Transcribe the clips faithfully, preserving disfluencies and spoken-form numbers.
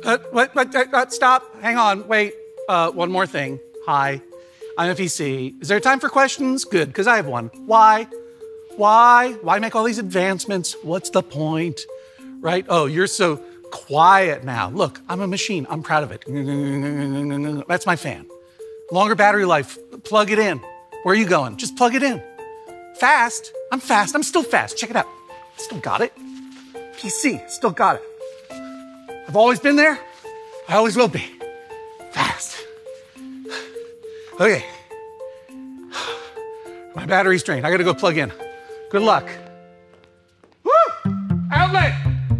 Uh, what, what, uh, stop. Hang on. Wait. Uh, one more thing. Hi. I'm F E C. Is there time for questions? Good, because I have one. Why? Why? Why make all these advancements? What's the point? Right? Oh, you're so quiet now. Look, I'm a machine. I'm proud of it. That's my fan. Longer battery life. Plug it in. Where are you going? Just plug it in. Fast. I'm fast. I'm still fast. Check it out. Still got it. P C. Still got it. I've always been there. I always will be. Fast. Okay. My battery's drained. I gotta go plug in. Good luck. Woo! Outlet!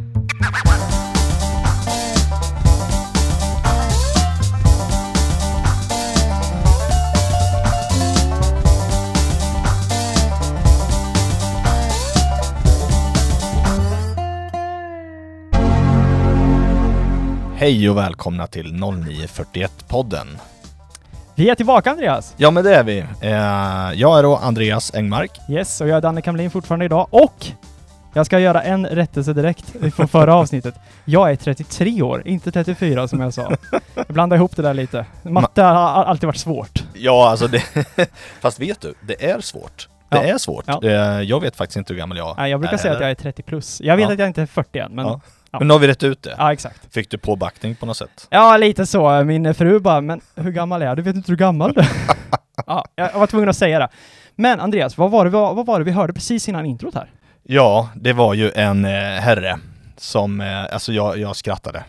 Hej och välkomna till noll nio fyrtioett-podden. Vi är tillbaka, Andreas. Ja, men det är vi. Eh, jag är då Andreas Engmark. Yes, och jag är Danne Kamlin fortfarande idag. Och jag ska göra en rättelse direkt från förra avsnittet. Jag är trettiotre år, inte trettiofyra som jag sa. Jag blandar ihop det där lite. Matte har alltid varit svårt. Ja, alltså det... Fast vet du, det är svårt. Det ja. är svårt. Ja. Eh, jag vet faktiskt inte hur gammal jag är. Nej, jag brukar säga att jag är trettio plus. Jag vet ja. att jag inte är fyrtio än, men... Ja. Ja. Men nu har vi rätt ut det. Ja, exakt. Fick du påbackning på något sätt? Ja, lite så. Min fru bara, men hur gammal är jag? Du vet inte hur gammal du är. Ja, jag var tvungen att säga det. Men Andreas, vad var det, vad, vad var det vi hörde precis innan introt här? Ja, det var ju en eh, herre som, eh, alltså jag, jag skrattade.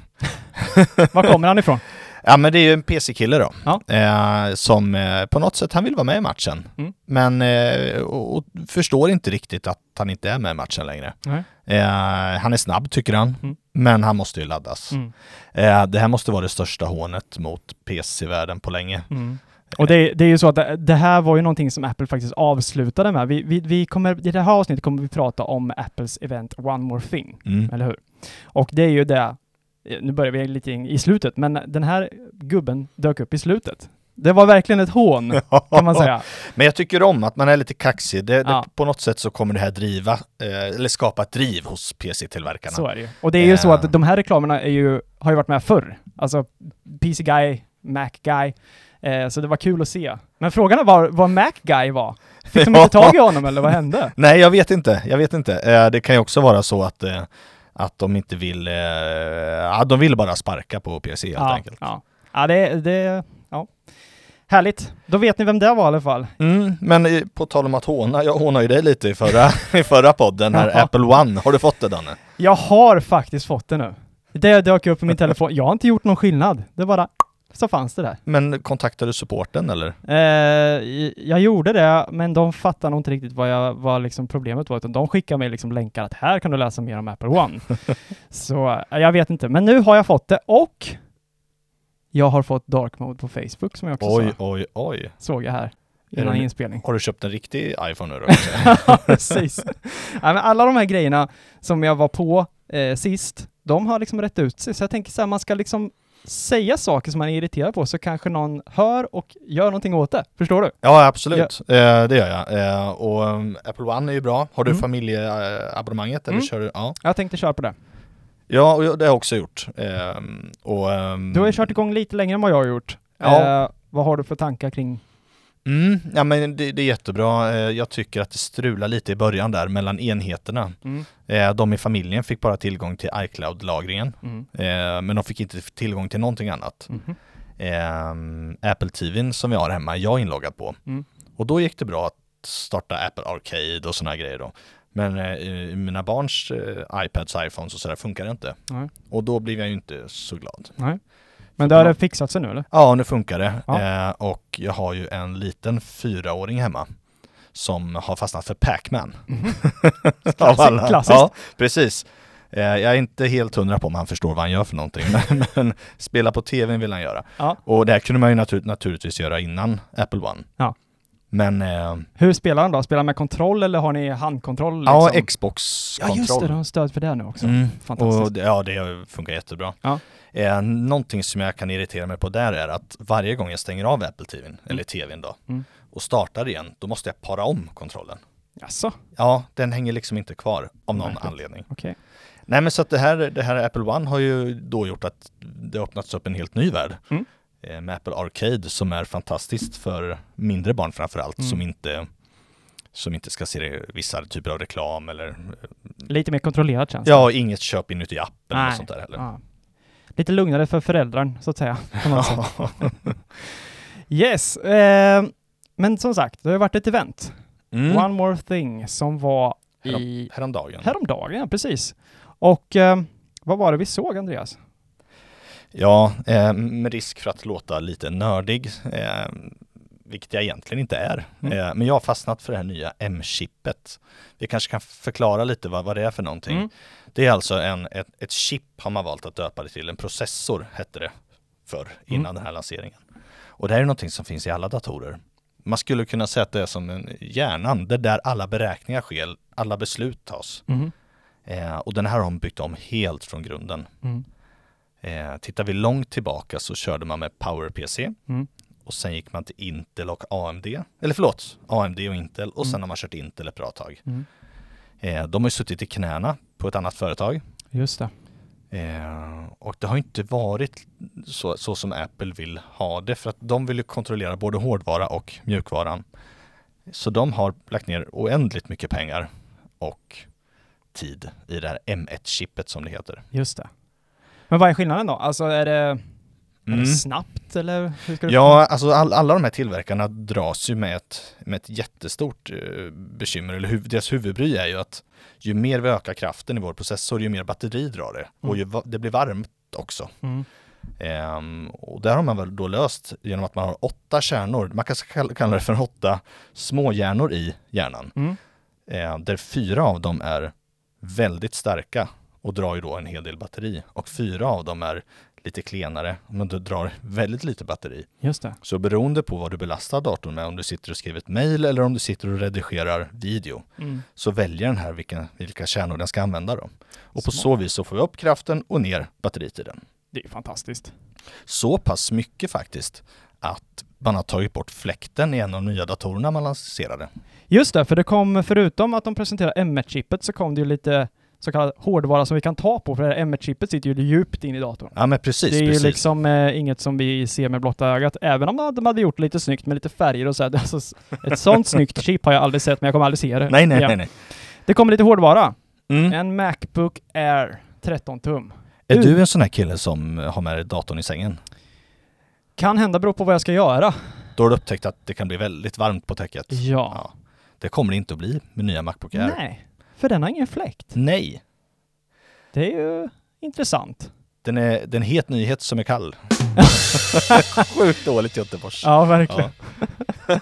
Var kommer han ifrån? Ja, men det är ju en P C-kille då. Ja. Eh, som eh, på något sätt, han vill vara med i matchen. Mm. Men eh, och, och förstår inte riktigt att han inte är med i matchen längre. Nej. Eh, han är snabb tycker han. Mm. Men han måste ju laddas. Mm. Eh, det här måste vara det största hånet mot P C-världen på länge. Mm. Och det, det är ju så att det, det här var ju någonting som Apple faktiskt avslutade med. Vi, vi, vi kommer, I det här avsnittet kommer vi prata om Apples event One More Thing. Mm. Eller hur? Och det är ju det, nu börjar vi lite i slutet, men den här gubben dök upp i slutet. Det var verkligen ett hån, kan man säga. Men jag tycker om att man är lite kaxig. Det, ja. det, på något sätt så kommer det här driva, eh, eller skapa ett driv hos P C-tillverkarna. Så är det ju. Och det är ju uh. så att de här reklamerna är ju, har ju varit med förr. Alltså P C Guy, Mac Guy. Eh, så det var kul att se. Men frågan är vad, vad Mac Guy var. Fick de inte tag i honom eller vad hände? Nej, jag vet inte. Jag vet inte. Eh, det kan ju också vara så att... Eh, att de inte vill... Eh, ja, de vill bara sparka på P C helt ja, enkelt. Ja, ja det... det ja. Härligt. Då vet ni vem det var i alla fall. Mm, men eh, på tal om att håna, jag hånar ju dig lite i förra, i förra podden här, Apple One. Har du fått det, Danne? Jag har faktiskt fått det nu. Det dök upp på min telefon. Jag har inte gjort någon skillnad. Det bara... Så fanns det där. Men kontaktade du supporten eller? Eh, jag gjorde det, men de fattade nog inte riktigt vad, jag, vad liksom problemet var. Utan de skickade mig liksom länkar att här kan du läsa mer om Apple One. Så eh, jag vet inte. Men nu har jag fått det och jag har fått dark mode på Facebook som jag också oj, sa. Oj, oj, oj. Såg jag här innan det, inspelning. Har du köpt en riktig iPhone nu då? Ja, precis. Ja, men alla de här grejerna som jag var på eh, sist, de har liksom rätt ut sig. Så jag tänker så här, man ska liksom säga saker som man är irriterad på så kanske någon hör och gör någonting åt det. Förstår du? Ja, absolut. Ja. Eh, det gör jag. Eh, och um, Apple One är ju bra. Har du mm. familjeabonnemanget eller mm. kör du? Ja. Jag tänkte köra på det. Ja, och det har jag också gjort. Eh, och, um, du har ju kört igång lite längre än vad jag har gjort. Ja. Eh, vad har du för tankar kring? Mm, ja, men det, det är jättebra. Jag tycker att det strular lite i början där mellan enheterna. Mm. De i familjen fick bara tillgång till iCloud-lagringen. Mm. Men de fick inte tillgång till någonting annat. Mm. Apple T V:n som vi har hemma, jag är inloggad på. Mm. Och då gick det bra att starta Apple Arcade och såna här grejer då. Men eh, mina barns eh, iPads, iPhones och sådär funkar det inte. Nej. Och då blir jag ju inte så glad. Nej. Men det har det fixat sig nu eller? Ja, nu funkar det. Ja. Eh, och jag har ju en liten fyraåring hemma som har fastnat för Pac-Man. Mm. Klassik, klassiskt. Ja, precis. Eh, jag är inte helt hundra på om han förstår vad han gör för någonting. men, men spela på tvn vill han göra. Ja. Och det här kunde man ju natur- naturligtvis göra innan Apple One. Ja. Men... Eh, hur spelar han då? Spelar han med kontroll eller har ni handkontroll? Liksom? Ja, Xbox-kontroll. Ja, just det. De har stöd för det nu också. Mm. Fantastiskt. Och det, ja, det funkar jättebra. Ja. Eh, någonting som jag kan irritera mig på där är att varje gång jag stänger av Apple T V:n, mm. eller T V:n då, mm. och startar igen, då måste jag para om kontrollen. Jaså? Ja, den hänger liksom inte kvar av någon Märkligt. anledning. Okay. Nej, men så att det här, det här Apple One har ju då gjort att det har öppnats upp en helt ny värld. Mm. Eh, med Apple Arcade som är fantastiskt för mindre barn framförallt Mm. som inte som inte ska se vissa typer av reklam eller Lite mer kontrollerat känns det. ja, inget köp inuti appen eller Nej. sånt där heller. Ja. Lite lugnare för föräldrar, så att säga. På något sätt. Yes. Eh, men som sagt, det har varit ett event. Mm. One More Thing som var Härom, i... häromdagen. Häromdagen, ja, precis. Och eh, vad var det vi såg, Andreas? Ja, eh, med risk för att låta lite nördig, eh, vilket jag egentligen inte är. Mm. Eh, men jag har fastnat för det här nya M-chippet. Vi kanske kan förklara lite vad, vad det är för någonting. Mm. Det är alltså en, ett, ett chip har man valt att döpa det till. En processor hette det förr, innan Mm. den här lanseringen. Och det här är någonting som finns i alla datorer. Man skulle kunna säga att det är som en hjärnan, det där alla beräkningar sker, alla beslut tas. Mm. Eh, och den här har de byggt om helt från grunden. Mm. Eh, tittar vi långt tillbaka så körde man med PowerPC. Mm. Och sen gick man till Intel och A M D. Eller förlåt, A M D och Intel. Och sen Mm. har man kört Intel ett bra tag. Mm. Eh, de har ju suttit i knäna på ett annat företag. Just det. Eh, och det har inte varit så, så som Apple vill ha det. För att de vill ju kontrollera både hårdvara och mjukvaran. Så de har lagt ner oändligt mycket pengar och tid i det här M ett-chippet som det heter. Just det. Men vad är skillnaden då? Alltså är det, är Mm. det snabbt eller hur ska du... Ja, alltså all, alla de här tillverkarna dras ju med ett, med ett jättestort eh, bekymmer. Eller huv, deras huvudbry är ju att ju mer vi ökar kraften i vår processor, ju mer batteri drar det. Och ju, va- det blir varmt också. Mm. Ehm, och där har man väl då löst genom att man har åtta kärnor. Man kan kalla kalla det för åtta små hjärnor i hjärnan. Mm. Ehm, där fyra av dem är väldigt starka och drar ju då en hel del batteri. Och fyra av dem är lite klenare, men du drar väldigt lite batteri. Just det. Så beroende på vad du belastar datorn med, om du sitter och skriver ett mejl eller om du sitter och redigerar video, Mm. så väljer den här vilka, vilka kärnor den ska använda då. Och på Smart. så vis så får vi upp kraften och ner batteritiden. Det är fantastiskt. Så pass mycket faktiskt att man har tagit bort fläkten i en av de nya datorerna man lanserade. Just det, för det kom, förutom att de presenterade M ett-chippet så kom det ju lite så kallad hårdvara som vi kan ta på, för det här M ett-chippet sitter ju djupt in i datorn. Ja men precis, det är precis. ju liksom eh, inget som vi ser med blotta ögat, även om de hade gjort lite snyggt med lite färger och så här. Alltså, ett sånt snyggt chip har jag aldrig sett, men jag kommer aldrig se det. Nej, nej, Ja. nej, nej. Det kommer lite hårdvara. Mm. En Macbook Air tretton tum. Är Du- du en sån här kille som har med datorn i sängen? Kan hända, beror på vad jag ska göra. Då har du upptäckt att det kan bli väldigt varmt på täcket. Ja. Ja. Det kommer det inte att bli med nya Macbook Air. Nej, för den har ingen fläkt. Nej. Det är ju intressant. Den är, det är en het nyhet som är kall. Sjukt dåligt Göteborgs. Ja, verkligen. Ja.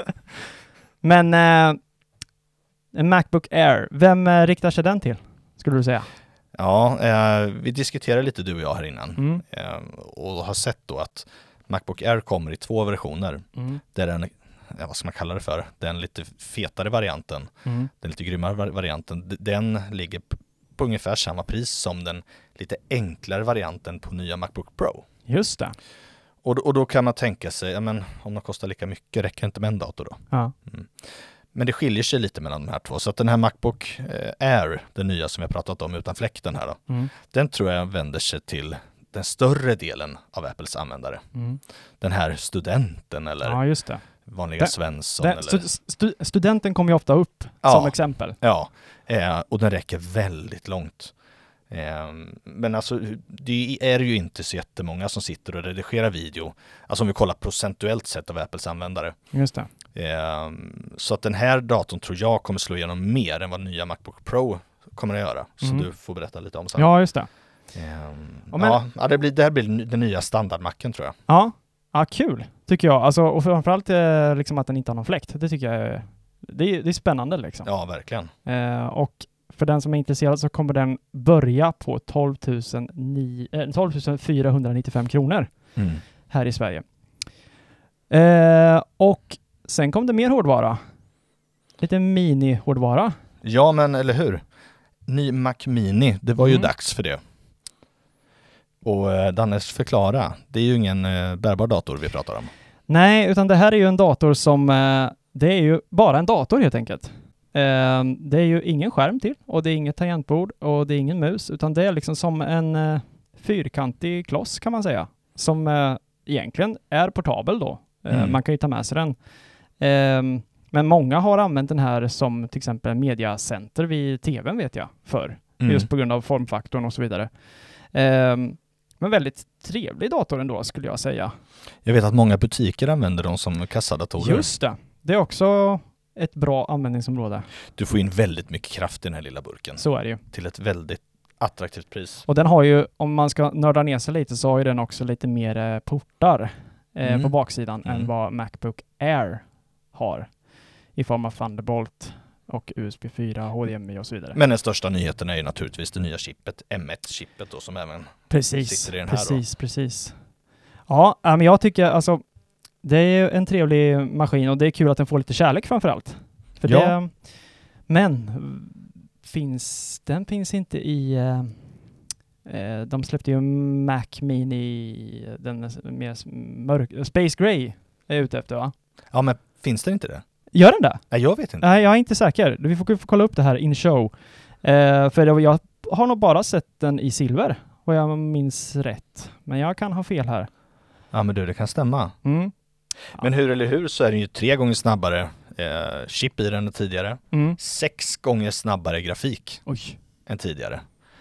Men eh, en Macbook Air, vem eh, riktar sig den till, skulle du säga? Ja, eh, vi diskuterade lite du och jag här innan. Mm. Eh, och har sett då att Macbook Air kommer i två versioner. Mm. Där den, ja, vad ska man kalla det för? Den lite fetare varianten, Mm. den lite grymmare var- varianten, d- den ligger p- på ungefär samma pris som den lite enklare varianten på nya Macbook Pro. Just det. Och, då- och då kan man tänka sig, ja, men om de kostar lika mycket, räcker inte med en dator då? Ja. Men det skiljer sig lite mellan de här två. Så att den här Macbook eh, Air, den nya som jag pratat om utan fläkten här då, Mm. den tror jag vänder sig till den större delen av Apples användare. Mm. Den här studenten eller Ja, just det. vanliga Den- Svensson. Den, eller, stu, stu, studenten kommer ju ofta upp Ja. som exempel. Ja, eh, och den räcker väldigt långt. Eh, men alltså, det är ju inte så jättemånga som sitter och redigerar video. Alltså om vi kollar procentuellt sett av Apples användare. Just det. Eh, så att den här datorn tror jag kommer slå igenom mer än vad nya Macbook Pro kommer att göra. Så Mm. du får berätta lite om sen. Ja, just det. Eh, Ja, men- ja, ja, det, blir, det här blir den nya standardmacken tror jag. Ja, ja, kul tycker jag. Alltså, och framförallt eh, liksom att den inte har någon fläkt. Det tycker jag är, det är, det är spännande liksom. Ja, verkligen. Eh, och för den som är intresserad så kommer den börja på tolv tusen fyrahundranittiofem kronor Mm. här i Sverige. Eh, och sen kom det mer hårdvara. Lite mini-hårdvara. Ja, men eller hur? Ny Mac Mini, det var ju Mm. dags för det. Och eh, Dannes, förklara. Det är ju ingen eh, bärbar dator vi pratar om. Nej, utan det här är ju en dator som, eh, det är ju bara en dator helt enkelt. Eh, det är ju ingen skärm till och det är inget tangentbord och det är ingen mus, utan det är liksom som en eh, fyrkantig kloss kan man säga. Som eh, egentligen är portabel då. Eh, Mm. Man kan ju ta med sig den. Eh, men många har använt den här som till exempel mediacenter vid tvn vet jag för. Mm. Just på grund av formfaktorn och så vidare. Eh, men väldigt trevlig dator ändå skulle jag säga. Jag vet att många butiker använder dem som kassadatorer. Just det. Det är också ett bra användningsområde. Du får in väldigt mycket kraft i den här lilla burken. Så är det ju. Till ett väldigt attraktivt pris. Och den har ju, om man ska nörda ner sig lite, så har ju den också lite mer eh, portar eh, Mm. på baksidan Mm. än vad Macbook Air har. I form av Thunderbolt och U S B fyra, H D M I och så vidare. Men den största nyheten är ju naturligtvis det nya chippet, M ett-chippet då, som även precis, sitter i den här precis, precis. Ja, äh, men jag tycker alltså det är en trevlig maskin och det är kul att den får lite kärlek framförallt. För Ja. det, men finns, den finns inte i eh, eh, de släppte ju Mac Mini, den mer mörk, Space Gray är jag ute efter va? Ja, men finns det inte det? Gör den det? Nej, jag vet inte. Nej, jag är inte säker. Vi får, får kolla upp det här in show. Eh, för det, jag har nog bara sett den i silver, och jag minns rätt. Men jag kan ha fel här. Ja, men du, det kan stämma. Mm. Men hur eller hur så är den ju tre gånger snabbare eh, chip i den än tidigare. Mm. Sex gånger snabbare grafik Oj. än tidigare.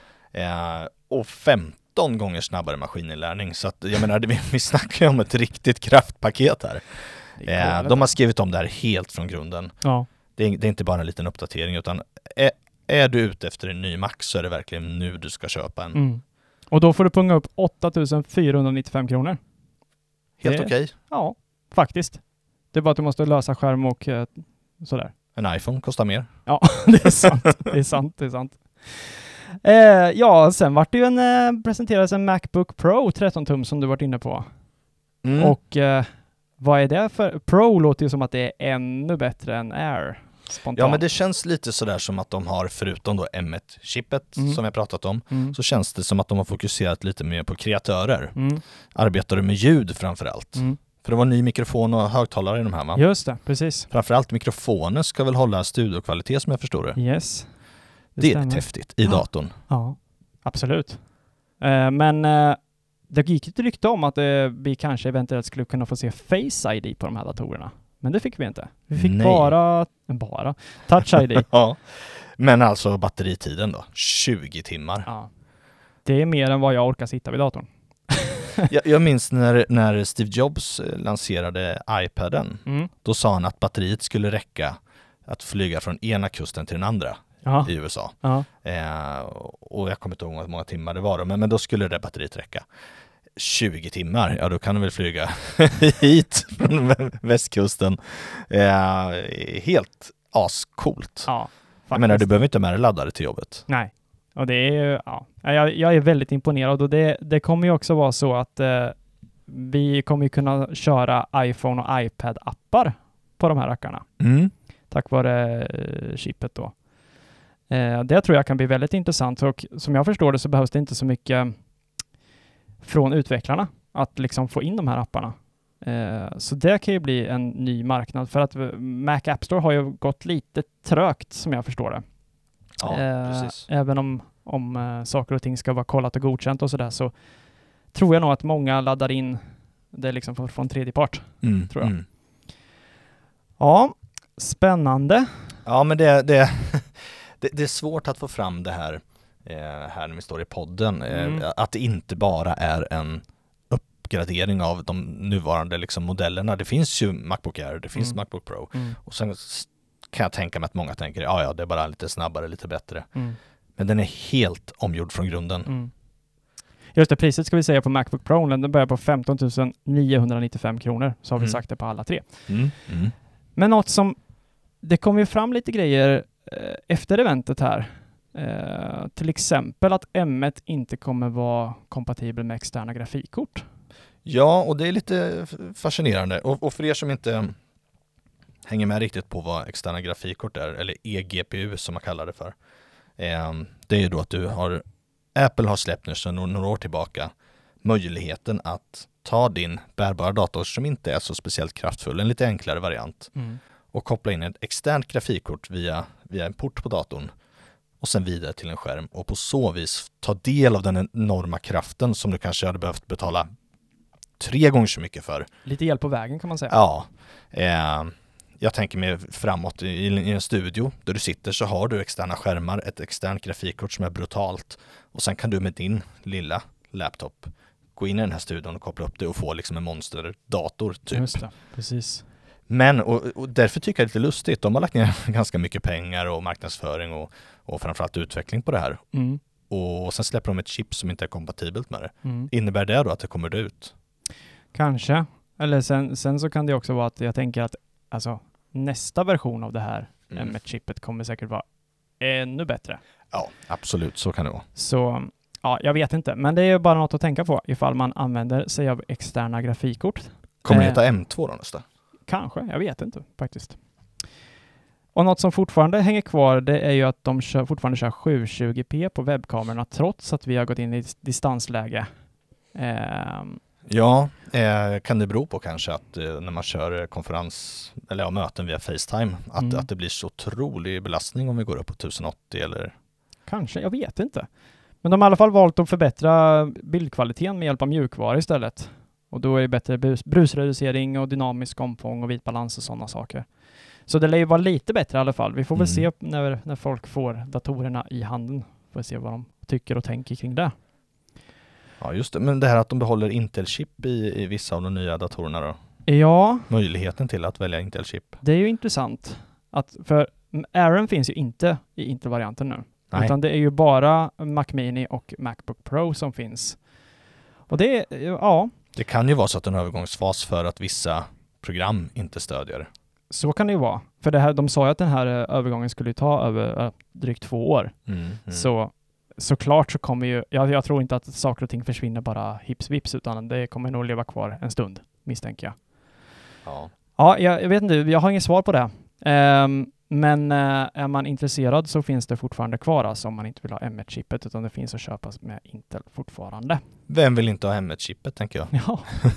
Eh, och femton gånger snabbare maskininlärning. Så att, jag menar, vi, vi snackar ju om ett riktigt kraftpaket här. Det är Eh, galet. de har skrivit om det här helt från grunden. Ja. Det är, det är inte bara en liten uppdatering, utan är, är du ute efter en ny Mac så är det verkligen nu du ska köpa en. Mm. Och då får du punga upp åtta tusen fyrahundranittiofem kronor. Helt det- okej. Ja, faktiskt. Det är bara att du måste lösa skärm och eh, sådär. En iPhone kostar mer. Ja, det är sant. Det är sant, det är sant. Eh, ja, sen vart det ju en, eh, presenterades en Macbook Pro tretton tum som du varit inne på. Mm. Och eh, vad är det för? Pro låter ju som att det är ännu bättre än Air. Spontant. Ja, men det känns lite sådär som att de har, förutom då M ett-chippet Mm. som jag pratat om, Mm. så känns det som att de har fokuserat lite mer på kreatörer. Mm. Arbetar du med ljud framförallt? Mm. För det var en ny mikrofon och högtalare i de här, va? Just det, precis. Framförallt mikrofonen ska väl hålla studiokvalitet som jag förstår det. Yes. Det är stämmer. lite häftigt i Ja. datorn. Ja, absolut. Eh, men eh, det gick ett rykte om att eh, vi kanske eventuellt skulle kunna få se Face I D på de här datorerna. Men det fick vi inte. Vi fick Nej. bara, bara Touch I D. Ja. Men alltså batteritiden då? tjugo timmar. Ja. Det är mer än vad jag orkar sitta vid datorn. jag, jag minns när, när Steve Jobs eh, lanserade iPaden. Mm. Då sa han att batteriet skulle räcka att flyga från ena kusten till den andra Ja. i U S A. Ja. Eh, och jag kommer inte ihåg hur många timmar det var då, men, men då skulle det batteriet räcka. tjugo timmar, ja då kan du väl flyga hit från vä- västkusten. Eh, helt ascoolt. Ja. Jag menar, du faktiskt. behöver inte med dig laddare till jobbet. Nej. Och det är ju, ja. Jag, jag är väldigt imponerad och det, det kommer ju också vara så att eh, vi kommer ju kunna köra iPhone och iPad-appar på de här rackarna. Mm. Tack vare eh, chippet då. Eh, det tror jag kan bli väldigt intressant och som jag förstår det så behövs det inte så mycket från utvecklarna att liksom få in de här apparna. Eh, så det kan ju bli en ny marknad för att Mac App Store har ju gått lite trögt som jag förstår det. Ja, Eh, precis. Även om, om eh, saker och ting ska vara kollat och godkänt och sådär så tror jag nog att många laddar in det liksom från, från tredje part. Mm, tror jag. mm. Ja, spännande. Ja, men det, det, det, det är svårt att få fram det här eh, här när vi står i podden. Eh, Mm. Att det inte bara är en uppgradering av de nuvarande liksom, modellerna. Det finns ju Macbook Air, det finns Mm. Macbook Pro. Mm. Och sen s- kan jag tänka mig att många tänker, ja ja, det är bara lite snabbare, lite bättre. Mm. Men den är helt omgjord från grunden. Mm. Just det, priset ska vi säga på Macbook Pro, den börjar på femton tusen niohundranittiofem kronor. Så har vi Mm. sagt det på alla tre. Mm. Mm. Men något som, det kom ju fram lite grejer eh, efter eventet här. Eh, till exempel att M ett inte kommer vara kompatibel med externa grafikkort. Ja, och det är lite f- fascinerande. Och, och för er som inte hänger med riktigt på vad externa grafikkort är, eller E G P U som man kallar det för. Eh, det är ju då att du har, Apple har släppt nu sedan några år tillbaka möjligheten att ta din bärbara dator som inte är så speciellt kraftfull, en lite enklare variant, och koppla in ett externt grafikkort via, via en port på datorn och sen vidare till en skärm och på så vis ta del av den enorma kraften som du kanske hade behövt betala tre gånger så mycket för. Lite hjälp på vägen kan man säga. Ja, eh, jag tänker mig framåt i, i en studio där du sitter så har du externa skärmar, ett externt grafikkort som är brutalt och sen kan du med din lilla laptop gå in i den här studion och koppla upp det och få liksom en monsterdator typ. Just det, precis. Men, och, och därför tycker jag det är lite lustigt. De har lagt ner ganska mycket pengar och marknadsföring och, och framförallt utveckling på det här. Mm. Och sen släpper de ett chip som inte är kompatibelt med det. Mm. Innebär det då att det kommer ut? Kanske. Eller sen, sen så kan det också vara att jag tänker att alltså, nästa version av det här Mm. med chippet kommer säkert vara ännu bättre. Ja, absolut. Så kan det vara. Så ja, jag vet inte. Men det är ju bara något att tänka på ifall man använder sig av externa grafikkort. Kommer det Eh. heta M två då nästa? Kanske, jag vet inte faktiskt. Och något som fortfarande hänger kvar, det är ju att de kör, fortfarande kör sjuhundratjugo p på webbkamerorna trots att vi har gått in i distansläge. Ehm, Ja, eh, kan det bero på kanske att eh, när man kör konferens eller ja, möten via FaceTime att, Mm. att det blir så otrolig belastning om vi går upp på tusen åttio eller? kanske, jag vet inte. Men de har i alla fall valt att förbättra bildkvaliteten med hjälp av mjukvara istället. Och då är det bättre brus, brusreducering och dynamisk omfång och vitbalans och sådana saker. Så det lär ju vara lite bättre i alla fall. Vi får väl Mm. se när, när folk får datorerna i handen. Får vi se vad de tycker och tänker kring det. Ja, just det. Men det här att de behåller Intel-chip i, i vissa av de nya datorerna då? Ja, Möjligheten till att välja Intel-chip. det är ju intressant. Att, för Aron finns ju inte i Intel-varianten nu. Nej. Utan det är ju bara Mac Mini och Macbook Pro som finns. Och det är, ja, Det kan ju vara så att en övergångsfas för att vissa program inte stödjer. så kan det ju vara. För det här, de sa ju att den här eh, övergången skulle ta över äh, drygt två år. Mm, mm. Så såklart så kommer ju, jag, jag tror inte att saker och ting försvinner bara hips vips, utan det kommer nog leva kvar en stund, misstänker jag. Ja. Ja, jag, jag vet inte, jag har inget svar på det. Ehm, men eh, är man intresserad så finns det fortfarande kvar, alltså, om man inte vill ha M ett-chippet, utan det finns att köpa med Intel fortfarande. Vem vill inte ha M ett-chippet tänker jag? Ja,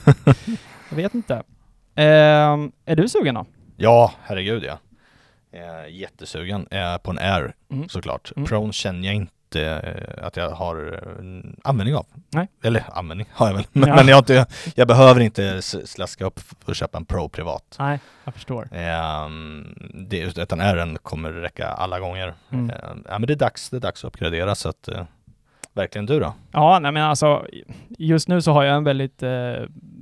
jag vet inte. Ehm, är du sugen då? Ja, herregud ja. Jag är jättesugen eh, på en Air Mm. såklart. Mm. Pron känner jag inte eh, att jag har eh, användning av. Nej. Eller användning har jag väl. Men, Ja. men jag, har inte, jag behöver inte s- slaska upp för att köpa en Pro privat. Nej, jag förstår. Um, det, utan Airen kommer räcka alla gånger. Mm. Eh, ja, men det är dags, det är dags att uppgradera så att eh, verkligen du då? Ja, nej men alltså just nu så har jag en väldigt eh,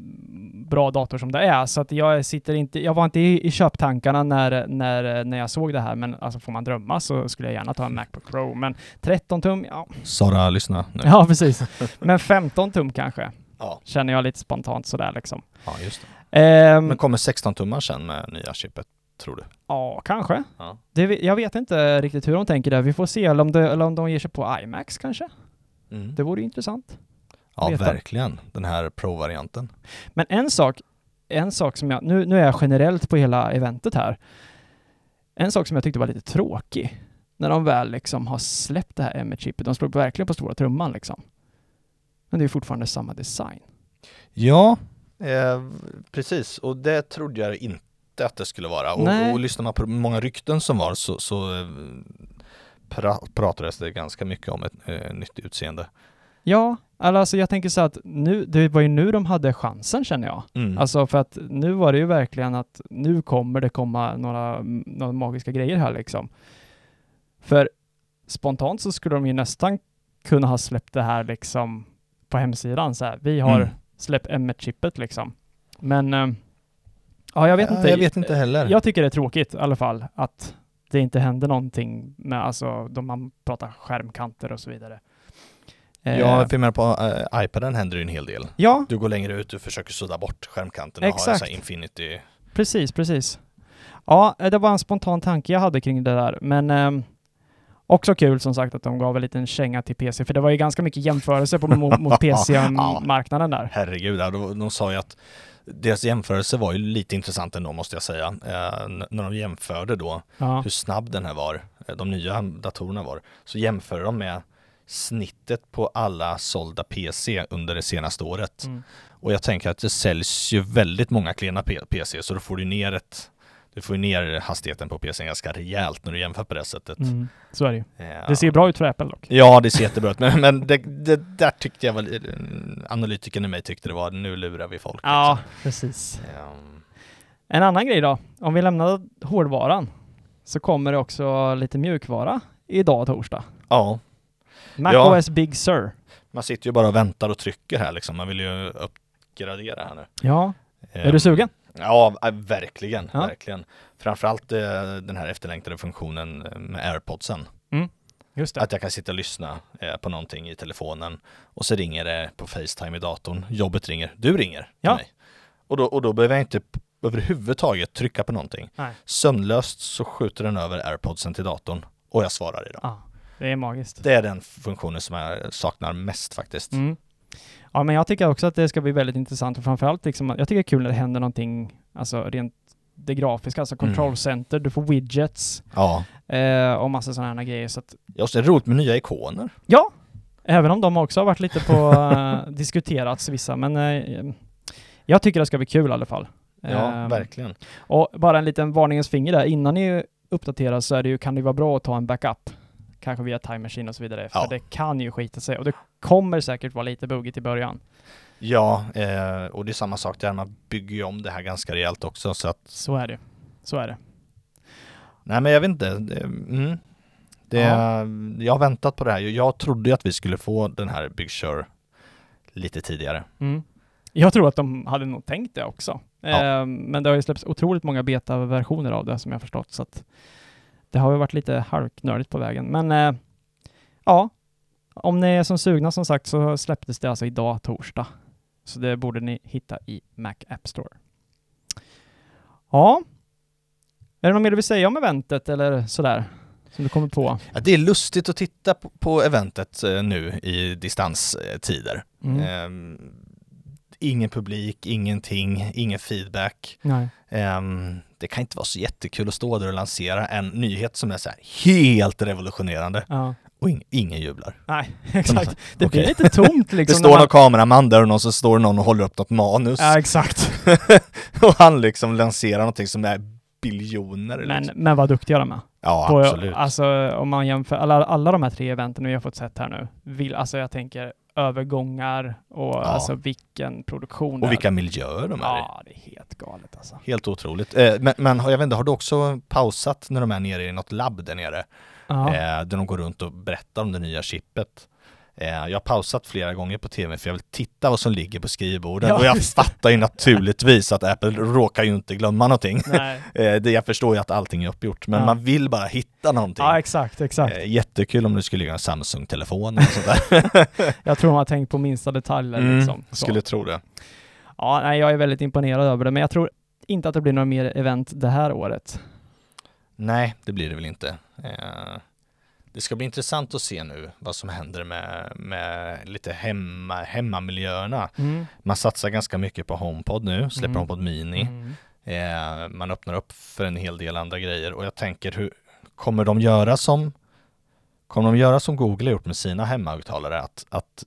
bra dator som det är, så att jag sitter inte, jag var inte i, i köptankarna när, när, när jag såg det här, men alltså får man drömma så skulle jag gärna ta en Macbook Pro, men tretton tum, ja, Sara, lyssna nu. ja precis, men femton tum kanske, Ja, känner jag lite spontant sådär liksom. ja just det. Ehm, Men kommer sexton tummar sen med nya chippet, tror du? ja, kanske. Ja. Det, ve- jag vet inte riktigt hur de tänker där, vi får se, eller om, det, eller om de ger sig på iMacs kanske. Mm. Det vore ju intressant. Ja, veta. verkligen. Den här Pro-varianten. Men en sak, en sak som jag, nu, nu är jag generellt på hela eventet här. En sak som jag tyckte var lite tråkig, när de väl liksom har släppt det här M ett-chippet, de slår verkligen på stora trumman liksom. Men det är ju fortfarande samma design. Ja, eh, precis. Och det trodde jag inte att det skulle vara. Och, Nej. och lyssnar man på många rykten som var så, så eh, pra, pratades det ganska mycket om ett eh, nytt utseende. Ja, alltså jag tänker så att nu, det var ju nu de hade chansen, känner jag. Mm. Alltså för att nu var det ju verkligen att nu kommer det komma några, några magiska grejer här liksom. För spontant så skulle de ju nästan kunna ha släppt det här liksom på hemsidan så här. Vi har Mm. släppt M ett-chippet liksom. Men eh, ja, jag vet Ja, inte. jag vet inte heller. Jag tycker det är tråkigt i alla fall att det inte händer någonting med, alltså, då man pratar skärmkanter och så vidare. Eh, Ja, för jag menar på uh, iPaden händer ju en hel del. ja, Du går längre ut, du försöker sudda bort skärmkanten och ha en Exakt. sån här Infinity. precis, precis. Ja, det var en spontan tanke jag hade kring det där, men ehm, också kul som sagt att de gav en liten känga till P C, för det var ju ganska mycket jämförelse på, mot, mot P C-marknaden där. Herregud, ja, de, de sa ju att deras jämförelse var ju lite intressant ändå, måste jag säga. Eh, n- när de jämförde då Ja, hur snabb den här var, eh, de nya datorerna var, så jämför de med snittet på alla sålda P C under det senaste året. mm. Och jag tänker att det säljs ju väldigt många klena P- PC, så då får du ner ett du får ju ner hastigheten på P C:n ganska rejält när du jämför på det sättet. Mm, så är det ju. Ja. Det ser bra ut för Apple dock. Ja, det ser jättebra ut. Men, men det, det där tyckte jag var, analytikern i mig tyckte det var, nu lurar vi folk. Ja, liksom. precis. Ja. En annan grej då, om vi lämnar hårdvaran så kommer det också lite mjukvara idag torsdag. Ja. macOS ja. Big Sur. Man sitter ju bara och väntar och trycker här liksom. Man vill ju uppgradera här nu. Ja. Um, är du sugen? Ja, verkligen. Ja. verkligen. Framförallt eh, den här efterlängtade funktionen med AirPodsen. Mm. Just det. Att jag kan sitta och lyssna eh, på någonting i telefonen och så ringer det på FaceTime i datorn. Jobbet ringer. Du ringer till ja. mig. Och då, och då behöver jag inte p- överhuvudtaget trycka på någonting. Nej. Sömnlöst så skjuter den över AirPodsen till datorn och jag svarar i dem. Ja, det är magiskt. Det är den funktionen som jag saknar mest faktiskt. Mm. Ja, men jag tycker också att det ska bli väldigt intressant och framförallt liksom, jag tycker det är kul när det händer någonting, alltså rent det grafiska, alltså control mm. center, du får widgets ja. eh, och massa sådana här grejer. Så att, ja, så är det roligt med nya ikoner. Ja, även om de också har varit lite på uh, diskuterats vissa, men uh, jag tycker det ska bli kul i alla fall. Ja, uh, verkligen. Och bara en liten varningens finger där, innan ni uppdaterar så är det ju, kan det vara bra att ta en backup. Kanske via Time Machine och så vidare, för ja. det kan ju skita sig och det kommer säkert vara lite buggigt i början. Ja, eh, och det är samma sak där, man bygger ju om det här ganska rejält också. Så, att... så är det. Så är det. Nej, men jag vet inte. Det, mm, det, ja. Jag har väntat på det här. Jag trodde ju att vi skulle få den här Big Sur lite tidigare. Mm. Jag tror att de hade nog tänkt det också. Ja. Eh, men det har ju släppts otroligt många beta-versioner av det som jag har förstått. Så att det har ju varit lite halvknördigt på vägen. Men eh, ja, om ni är som sugna som sagt så släpptes det alltså idag torsdag. Så det borde ni hitta i Mac App Store. Ja. Är det något mer du vill säga om eventet eller sådär? Som du kommer på? Ja, det är lustigt att titta på, på eventet eh, nu i distanstider. Mm. Eh, ingen publik, ingenting, ingen feedback. Nej. Eh, det kan inte vara så jättekul att stå där och lansera en nyhet som är så här helt revolutionerande. Ja. Och ing, ingen jublar. Nej, exakt. Det okay. blir lite tomt liksom. Det står man... någon kameraman där och någon så står någon och håller upp något manus. Ja, exakt. Och han liksom lanserar någonting som är biljoner. Men, liksom. men vad duktiga de är. Ja, på, absolut. Alltså om man jämför alla, alla de här tre eventen vi har fått sett här nu. Vill, alltså jag tänker övergångar och ja. alltså vilken produktion. Och vilka miljöer de är ja, i. Ja, det är helt galet alltså. Helt otroligt. Eh, men, men jag vet inte, har du också pausat när de är nere i något labb där nere? Eh, där de går runt och berättar om det nya chippet. Eh, jag har pausat flera gånger på tv för jag vill titta vad som ligger på skrivborden. Ja, och jag fattar ju naturligtvis att Apple råkar ju inte glömma någonting. Nej. eh, det, jag förstår ju att allting är uppgjort. Men ja. man vill bara hitta någonting. Ja, exakt, exakt. Eh, jättekul om det skulle ligga en Samsung-telefon och sådär. Jag tror man har tänkt på minsta detaljer. Mm, liksom. skulle tro det. Ja, nej, jag är väldigt imponerad över det. Men jag tror inte att det blir några mer event det här året. Nej, det blir det väl inte. Eh, det ska bli intressant att se nu vad som händer med, med lite hemma, hemmamiljöerna. Mm. Man satsar ganska mycket på HomePod nu, släpper mm. HomePod Mini. Mm. Eh, man öppnar upp för en hel del andra grejer och jag tänker, hur kommer de göra som kommer de göra som Google har gjort med sina hemmahögtalare, att, att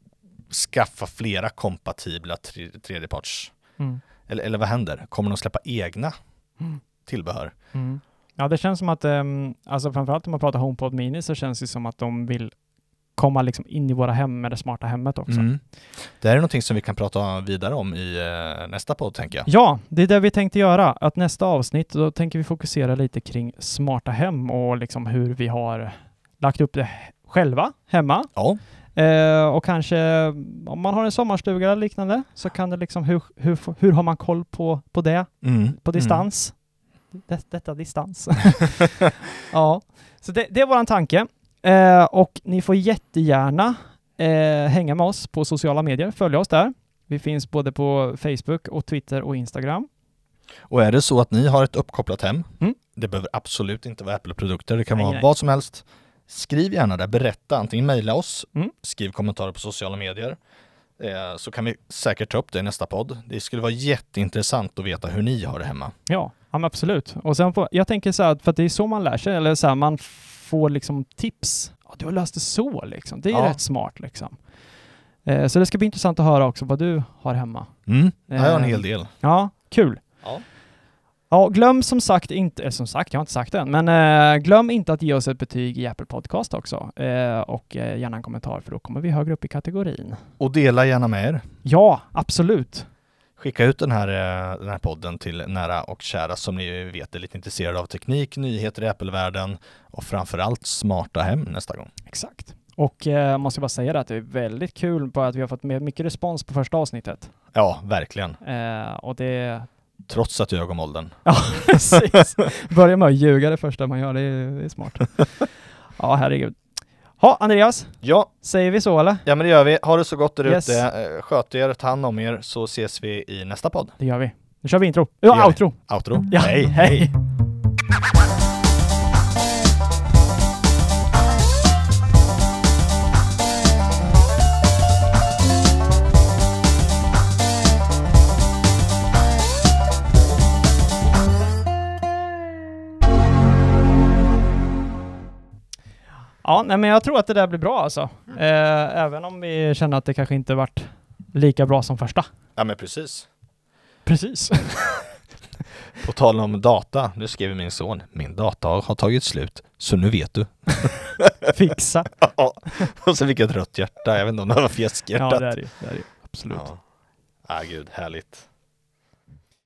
skaffa flera kompatibla tre, tredjeparts mm. eller, eller vad händer? Kommer de släppa egna mm. tillbehör? Mm. Ja, det känns som att, um, alltså framförallt om man pratar HomePod Mini så känns det som att de vill komma liksom in i våra hem med det smarta hemmet också. Mm. Det här är någonting som vi kan prata vidare om i uh, nästa podd, tänker jag. Ja, det är det vi tänkte göra. Att nästa avsnitt, då tänker vi fokusera lite kring smarta hem och liksom hur vi har lagt upp det själva hemma. Ja. Uh, och kanske om man har en sommarstuga eller liknande så kan det liksom, hur, hur, hur har man koll på, på det mm. på distans? Mm. Det, detta distans. Ja, så det, det är våran tanke. Eh, och ni får jättegärna eh, hänga med oss på sociala medier. Följa oss där. Vi finns både på Facebook och Twitter och Instagram. Och är det så att ni har ett uppkopplat hem, mm. det behöver absolut inte vara Apple-produkter, det kan nej, vara nej. vad som helst. Skriv gärna där, berätta, antingen mejla oss, mm. skriv kommentarer på sociala medier. Eh, så kan vi säkert ta upp det i nästa podd. Det skulle vara jätteintressant att veta hur ni har det hemma. Ja, ja men absolut. Och sen får, jag tänker så här, för att det är så man lär sig, eller så här, man får liksom tips. Ja, du har löst det så liksom. Det är ja. rätt smart liksom. Eh, så det ska bli intressant att höra också vad du har hemma. Mm, jag har en hel del. Ja, kul. Ja. Ja, glöm som sagt inte, eh, som sagt, jag har inte sagt det än, men eh, glöm inte att ge oss ett betyg i Apple Podcast också. Eh, och eh, gärna en kommentar, för då kommer vi högre upp i kategorin. Och dela gärna med er. Ja, absolut. Skicka ut den här, eh, den här podden till nära och kära som ni vet är lite intresserade av teknik, nyheter i Apple-världen och framförallt smarta hem nästa gång. Exakt. Och eh, måste bara säga det att det är väldigt kul på att vi har fått med mycket respons på första avsnittet. Ja, verkligen. Eh, och det... Trots att du ög om åldern. Ja, precis. Börja med att ljuga det första man gör, det är, det är smart. Ja, herregud. Ja, Andreas. Ja. Säger vi så eller? Ja, men det gör vi. Ha det så gott där Yes. ute. Sköt er, ta hand om er, så ses vi i nästa podd. Det gör vi. Nu kör vi intro. Ja, gör vi. outro. Outro. Ja, hej. hej. Ja, nej, men jag tror att det där blir bra alltså. Eh, även om vi känner att det kanske inte varit lika bra som första. Ja, men precis. Precis. På tal om data, nu skriver min son, min data har tagit slut, så nu vet du. Fixa. Ja, och så fick jag ett rött hjärta, jag vet inte om det var fjäskhjärtat. Ja, det är det, det är det. Absolut. Ja, ah, gud, härligt.